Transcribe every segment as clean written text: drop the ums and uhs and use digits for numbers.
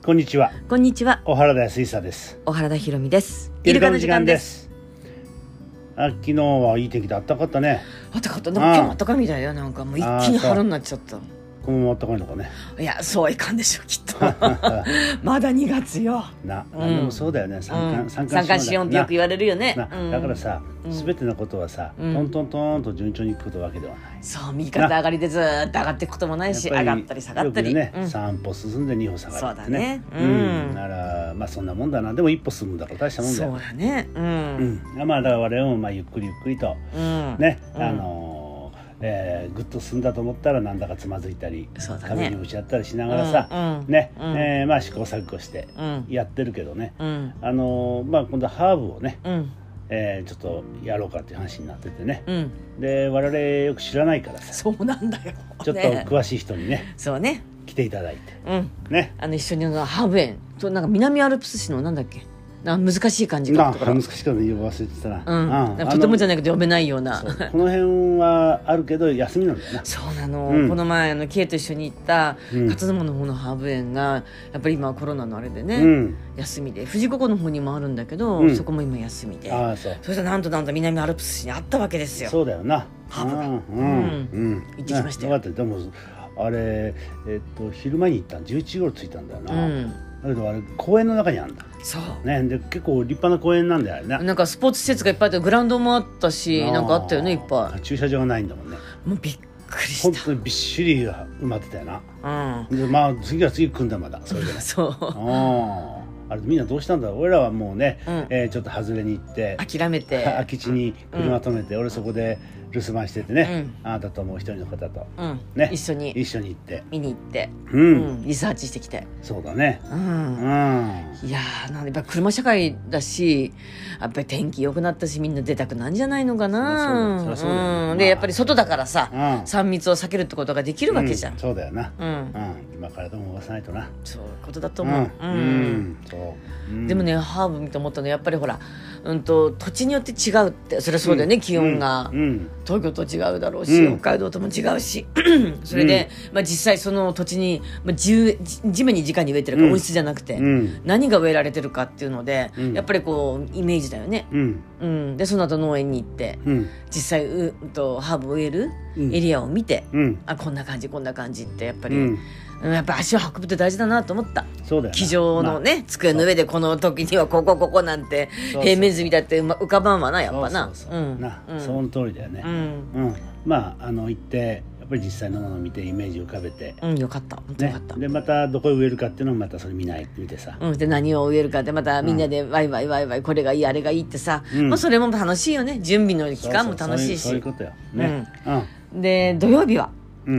こんにちは。 こんにちは。 小原田康久です。 小原田ひろみです。 イルカの時間です。昨日はいい天気で暖かかったね。 暖かかった。なんか今日も暖かいみたいだよ。なんかもう一気に春になっちゃった。 このまま暖かいのかね。 いや、そうはいかんでしょうきっと。まだ2月よ。 でもそうだよね。三寒四温ってよく言われるよね。 だからさ、すべてのことはさ、トントントンと順調にいくことわけではない。 そう、右肩上がりでずっと上がっていくこともないし、上がったり下がったり。 よくね、3歩進んで2歩下がる。 そうだね。 だからまあそんなもんだな。でも1歩進むんだから大したもんだよ。 そうだね。 まあだから我々もゆっくりゆっくりとね、ぐっと進んだと思ったらなんだかつまずいたり、壁にぶち当たりしながらさ、ね、まあ試行錯誤してやってるけどね、まあ今度ハーブをね、ちょっとやろうかっていう話になっててね、で我々よく知らないからさ、 そうなんだよ、 ちょっと詳しい人にね、 そうね、 来ていただいて、ね、 一緒にハーブ園となんか南アルプス市のなんだっけ、難しい感じが難しいから言う忘れてたな、 とてもじゃないけど読めないような、 この辺はあるけど休みなんだよな。 そうなの、この前Kと一緒に行った勝沼の方のハーブ園がやっぱり今コロナのあれでね、休みで、富士五湖の方にもあるんだけど、そこも今休みで、そしたらなんと南アルプス市にあったわけですよ。 そうだよな、 ハーブが行ってきましたよ。 でもあれ昼前に行った11時頃着いたんだよな。だけどあれ公園の中にあるんだ。そうね、で結構立派な公園なんだよね。 なんかスポーツ施設がいっぱいあって、グラウンドもあったし、なんかあったよね、いっぱい。 駐車場がないんだもんね。 もうびっくりした。 本当にびっしり埋まってたよな。でまあ次は次組んだまだそれで。 そう。 あれみんなどうしたんだろう。俺らはもうね、ちょっと外れに行って諦めて空き地に車止めて、俺そこで留守番しててね、あなたともう一人の方と、ね、一緒に行って見に行って、リサーチしてきて。そうだね。 いやー、やっぱ車社会だし、やっぱり天気良くなったし、みんな出たくなんじゃないのかな。でやっぱり外だからさ、3密を避けるってことができるわけじゃん。 そうだよな。今からでも動かさないとな。 そういうことだと思う。でもね、ハーブ見て思ったのはやっぱりほら、土地によって違うって、それはそうだよね。気温が東京と違うだろうし、北海道とも違うし、それで実際その土地に地面に直に植えてるか、温室じゃなくて何が植えられてるかっていうので、やっぱりこうイメージだよね。でその後農園に行って、実際ハーブを植えるエリアを見て、こんな感じこんな感じって、やっぱり足を運ぶって大事だなと思った。机上のね、机の上でこの時にはここなんて平面図見たって浮かばんわな、やっぱな。 その通りだよね。まあ行ってやっぱり実際のものを見てイメージ浮かべて、 よかった、本当よかった。 でまたどこへ植えるかっていうのをまたそれ見てさ、 で何を植えるかでまたみんなでワイワイこれがいいあれがいいってさ、それも楽しいよね。準備の期間も楽しいし。 そういうことよね。 で土曜日は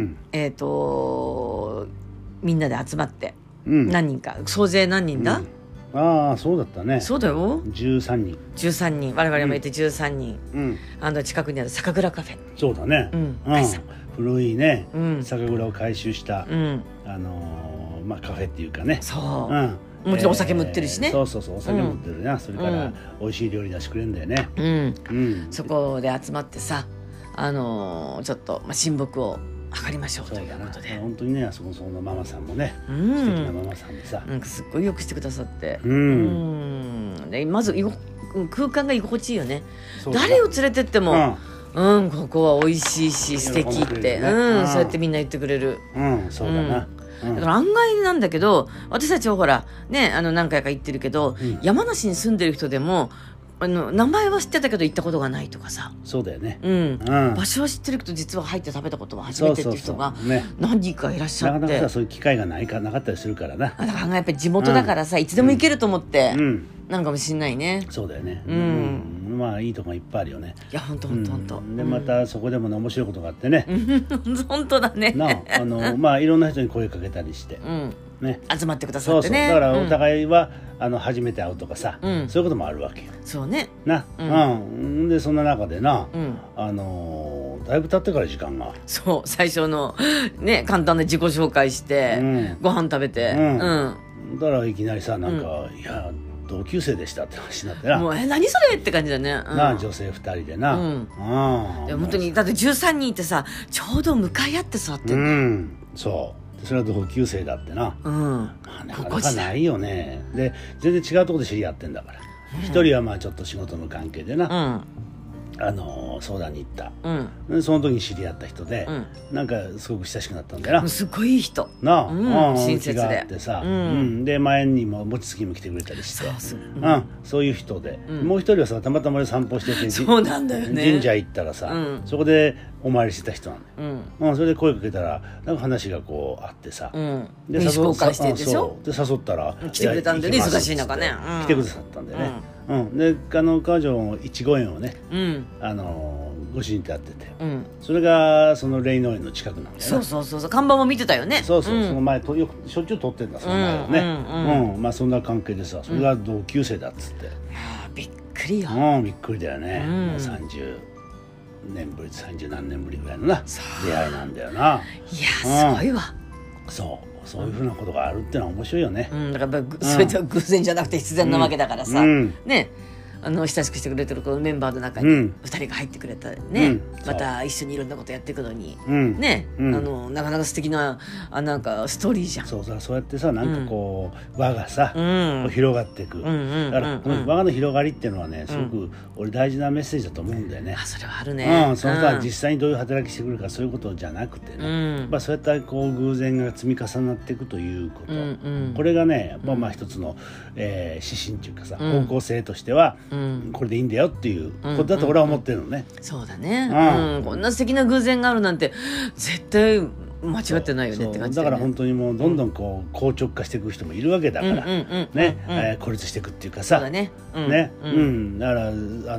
みんなで集まって、何人か、総勢何人だ？ そうだったね。 そうだよ。 13人。 我々もいて13人。近くにある酒蔵カフェ。 そうだね。古いね、酒蔵を改修した、カフェっていうかね。 そう。もちろんお酒も売ってるしね。 そうお酒も売ってるな。それから美味しい料理出してくれるんだよね。 そこで集まってさ、ちょっと親睦を測りましょうということで、 本当にね、あそこのママさんもね、素敵なママさんでさ、 すっごいよくしてくださって、でまず空間が居心地いいよね。誰を連れてってもここは美味しいし素敵って、そうやってみんな言ってくれる。 そうだな。 だから案外なんだけど、私たちはほらね、何回か行ってるけど、山梨に住んでる人でも名前は知ってたけど行ったことがないとかさ。そうだよね。場所は知ってるけど実は入って食べたことは初めてっていう人が何人かいらっしゃって、 なかなかそういう機会がなかったりするからな。 だからやっぱり地元だからさ、いつでも行けると思ってなんかもしんないね。 そうだよね。まあいいとこがいっぱいあるよね。 いや本当でまたそこでも面白いことがあってね。 本当だね。 まあいろんな人に声かけたりしてね、集まってくださってね。 だからお互いは初めて会うとかさ、そういうこともあるわけよ。 そうね。 でそんな中でな、だいぶ経ってから時間が。 そう、最初のね、簡単な自己紹介して、ご飯食べて、 だからいきなりさ、なんかいや同級生でしたって話になってな。 もう何それって感じだね。 女性2人でな。 本当にだって13人いてさ、ちょうど向かい合って座ってる。 そう。 それは同級生だってな、まあ、なかなかないよね。で全然違うところで知り合ってんだから、一人はまあちょっと仕事の関係でな、相談に行った、その時に知り合った人で、なんかすごく親しくなったんだよな。 すごいいい人なあ、 親切でがあってさ、で前にも餅つきも来てくれたりして、そういう人で、もう一人はさたまたま散歩してて、 そうなんだよね、 神社行ったらさ、そこでお参りしてた人なんだよ、それで声かけたらなんか話がこうあってさ、 で交換してるでしょ。 で誘ったら来てくれたんでね、忙しい中ね、 来てくださったんだよね。で彼女もいちご園をね、ご主人とやってて、それがそのレイノ園の近くなんだよね。 そう看板も見てたよね。 その前よくしょっちゅう撮ってんだ、その前をね。まあそんな関係でさ、それが同級生だっつって、 びっくりよ。 びっくりだよね。30年ぶり、30何年ぶりぐらいのな出会いなんだよな。 いやすごいわ。 そういうふうなことがあるってのは面白いよね。 だから全ては偶然じゃなくて必然なわけだからさ、ね、親しくしてくれてるこのメンバーの中に2人が入ってくれたね、また一緒にいろんなことやっていくのに、ね、なかなか素敵ななんかストーリーじゃん。 そうやってさ、なんかこう輪がさ、広がっていく。だからこの輪の広がりっていうのはね、すごく俺大事なメッセージだと思うんだよね。 それはあるね。 その人は実際にどういう働きしてくるか、そういうことじゃなくてね、そういったこう偶然が積み重なっていくということ、これがね、まあ一つの指針というかさ、方向性としてはこれでいいんだよっていうことだと俺は思ってるのね。 そうだね。こんな素敵な偶然があるなんて絶対間違ってないよねって感じだから本当にもうどんどんこう硬直化していく人もいるわけだからね、孤立していくっていうかさ、だから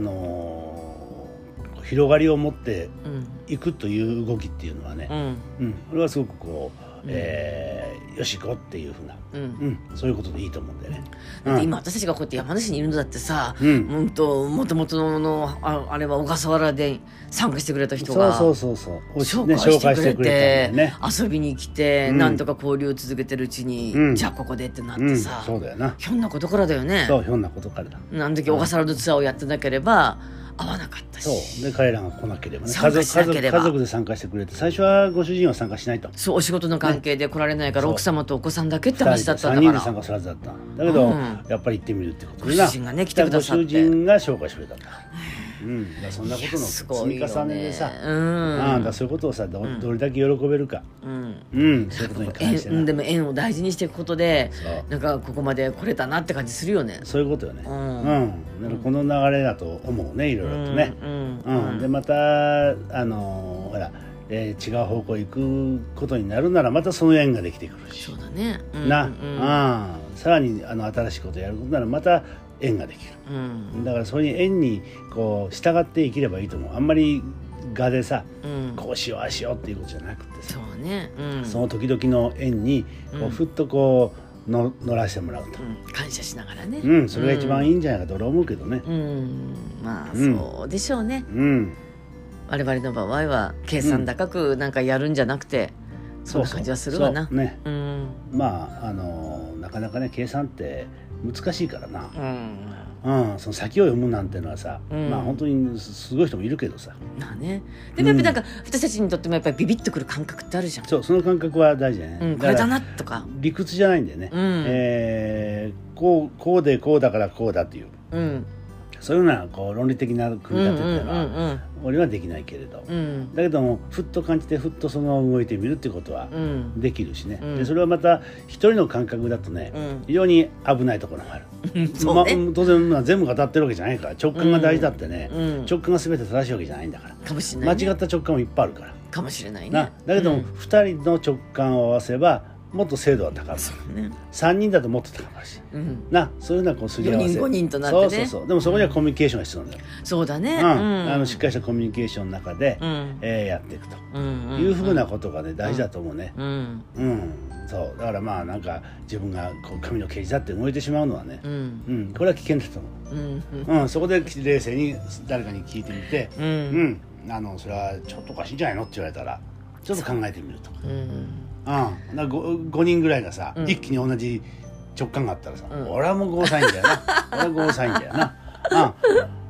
広がりを持っていくという動きっていうのはね、これはすごくこうよし行こうっていうふうな、そういうことでいいと思うんだよね。 だって今私たちがこうやって山梨にいるのだってさ、もともとのあれは小笠原で参加してくれた人が紹介してくれて、遊びに来て、なんとか交流を続けてるうちに、じゃあここでってなってさ、 そうだよな。 ひょんなことからだよね。 ひょんなことからだ。 あの時小笠原のツアーをやってなければ合わなかったし、で彼らが来なければね、家族で参加してくれて、最初はご主人は参加しないと、 お仕事の関係で来られないから、奥様とお子さんだけって話だったんだから、 3人で参加するはずだった。だけど、やっぱり行ってみるってことでな、 ご主人がね来てくださって、 ご主人が紹介してくれたんだ。そんなことの積み重ねでさ、そういうことをさ、どれだけ喜べるか、そういうことに関してでも縁を大事にしていくことで、なんかここまで来れたなって感じするよね。 そういうことよね。この流れだと思うね、いろいろとね。でまたほら、違う方向行くことになるなら、またその縁ができてくるし、 そうだね。 さらに新しいことをやることならまた縁ができる、だからそういう縁にこう従って生きればいいと思う。あんまり我でさ、こうしようああしようっていうことじゃなくてさ、 そうね、 その時々の縁にこうふっとこう乗らせてもらうと、 感謝しながらね、 それが一番いいんじゃないかと俺は思うけどね。 まあそうでしょうね。我々の場合は計算高くなんかやるんじゃなくて、そんな感じはするわな。まあなかなかね、計算って難しいからな、その先を読むなんてのはさ、まあ本当にすごい人もいるけどさ、 まあね、でもやっぱりなんか私たちにとってもやっぱりビビッとくる感覚ってあるじゃん。 その感覚は大事だね。 これだなとか理屈じゃないんだよね。こうでこうだからこうだっていう、そういうようなこう論理的な組み立てっていうのは俺はできないけれど、だけどもふっと感じてふっとその動いてみるっていうことはできるしね、でそれはまた一人の感覚だとね、非常に危ないところもある。当然全部が当たってるわけじゃないから、直感が大事だってね、直感が全て正しいわけじゃないんだから、間違った直感もいっぱいあるからかもしれないね。 だけども2人の直感を合わせばもっと精度は高まる、3人だともっと高まるし、そういうのはこうすり合わせ、 4人5人となってね。 でもそこにはコミュニケーションが必要なんだよ。 そうだね、 しっかりしたコミュニケーションの中でやっていくというふうなことがね大事だと思うね。そうだからまあなんか自分がこう紙の掲示だって動いてしまうのはね、これは危険だと思う。そこで冷静に誰かに聞いてみて、それはちょっとおかしいんじゃないのって言われたらちょっと考えてみるとか。5人ぐらいがさ、一気に同じ直感があったらさ、俺はもうゴーサインだよな俺はゴーサインだよな、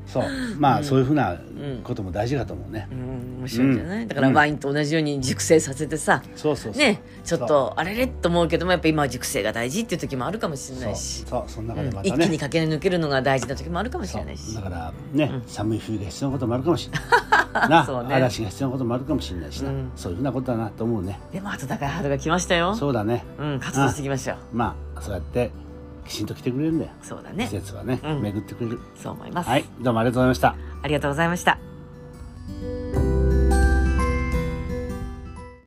そうまあ、そういうふうなことも大事だと思うね。 面白いんじゃない、だからワインと同じように熟成させてさ、ね、ちょっとあれれと思うけども、やっぱ今は熟成が大事っていう時もあるかもしれないし、 そんなことまたね、 一気に駆け抜けるのが大事な時もあるかもしれないし、 だからね、寒い冬が必要なこともあるかもしれないな、嵐が必要なこともあるかもしれないしな、そういうふうなことだなと思うね。 でも暖かい春が来ましたよ。 そうだね、 活動していきましょう。 まあそうやってきちんと来てくれるんだよ。 そうだね、 季節はね、巡ってくれる。 そう思います。 はい、どうもありがとうございました。 ありがとうございました。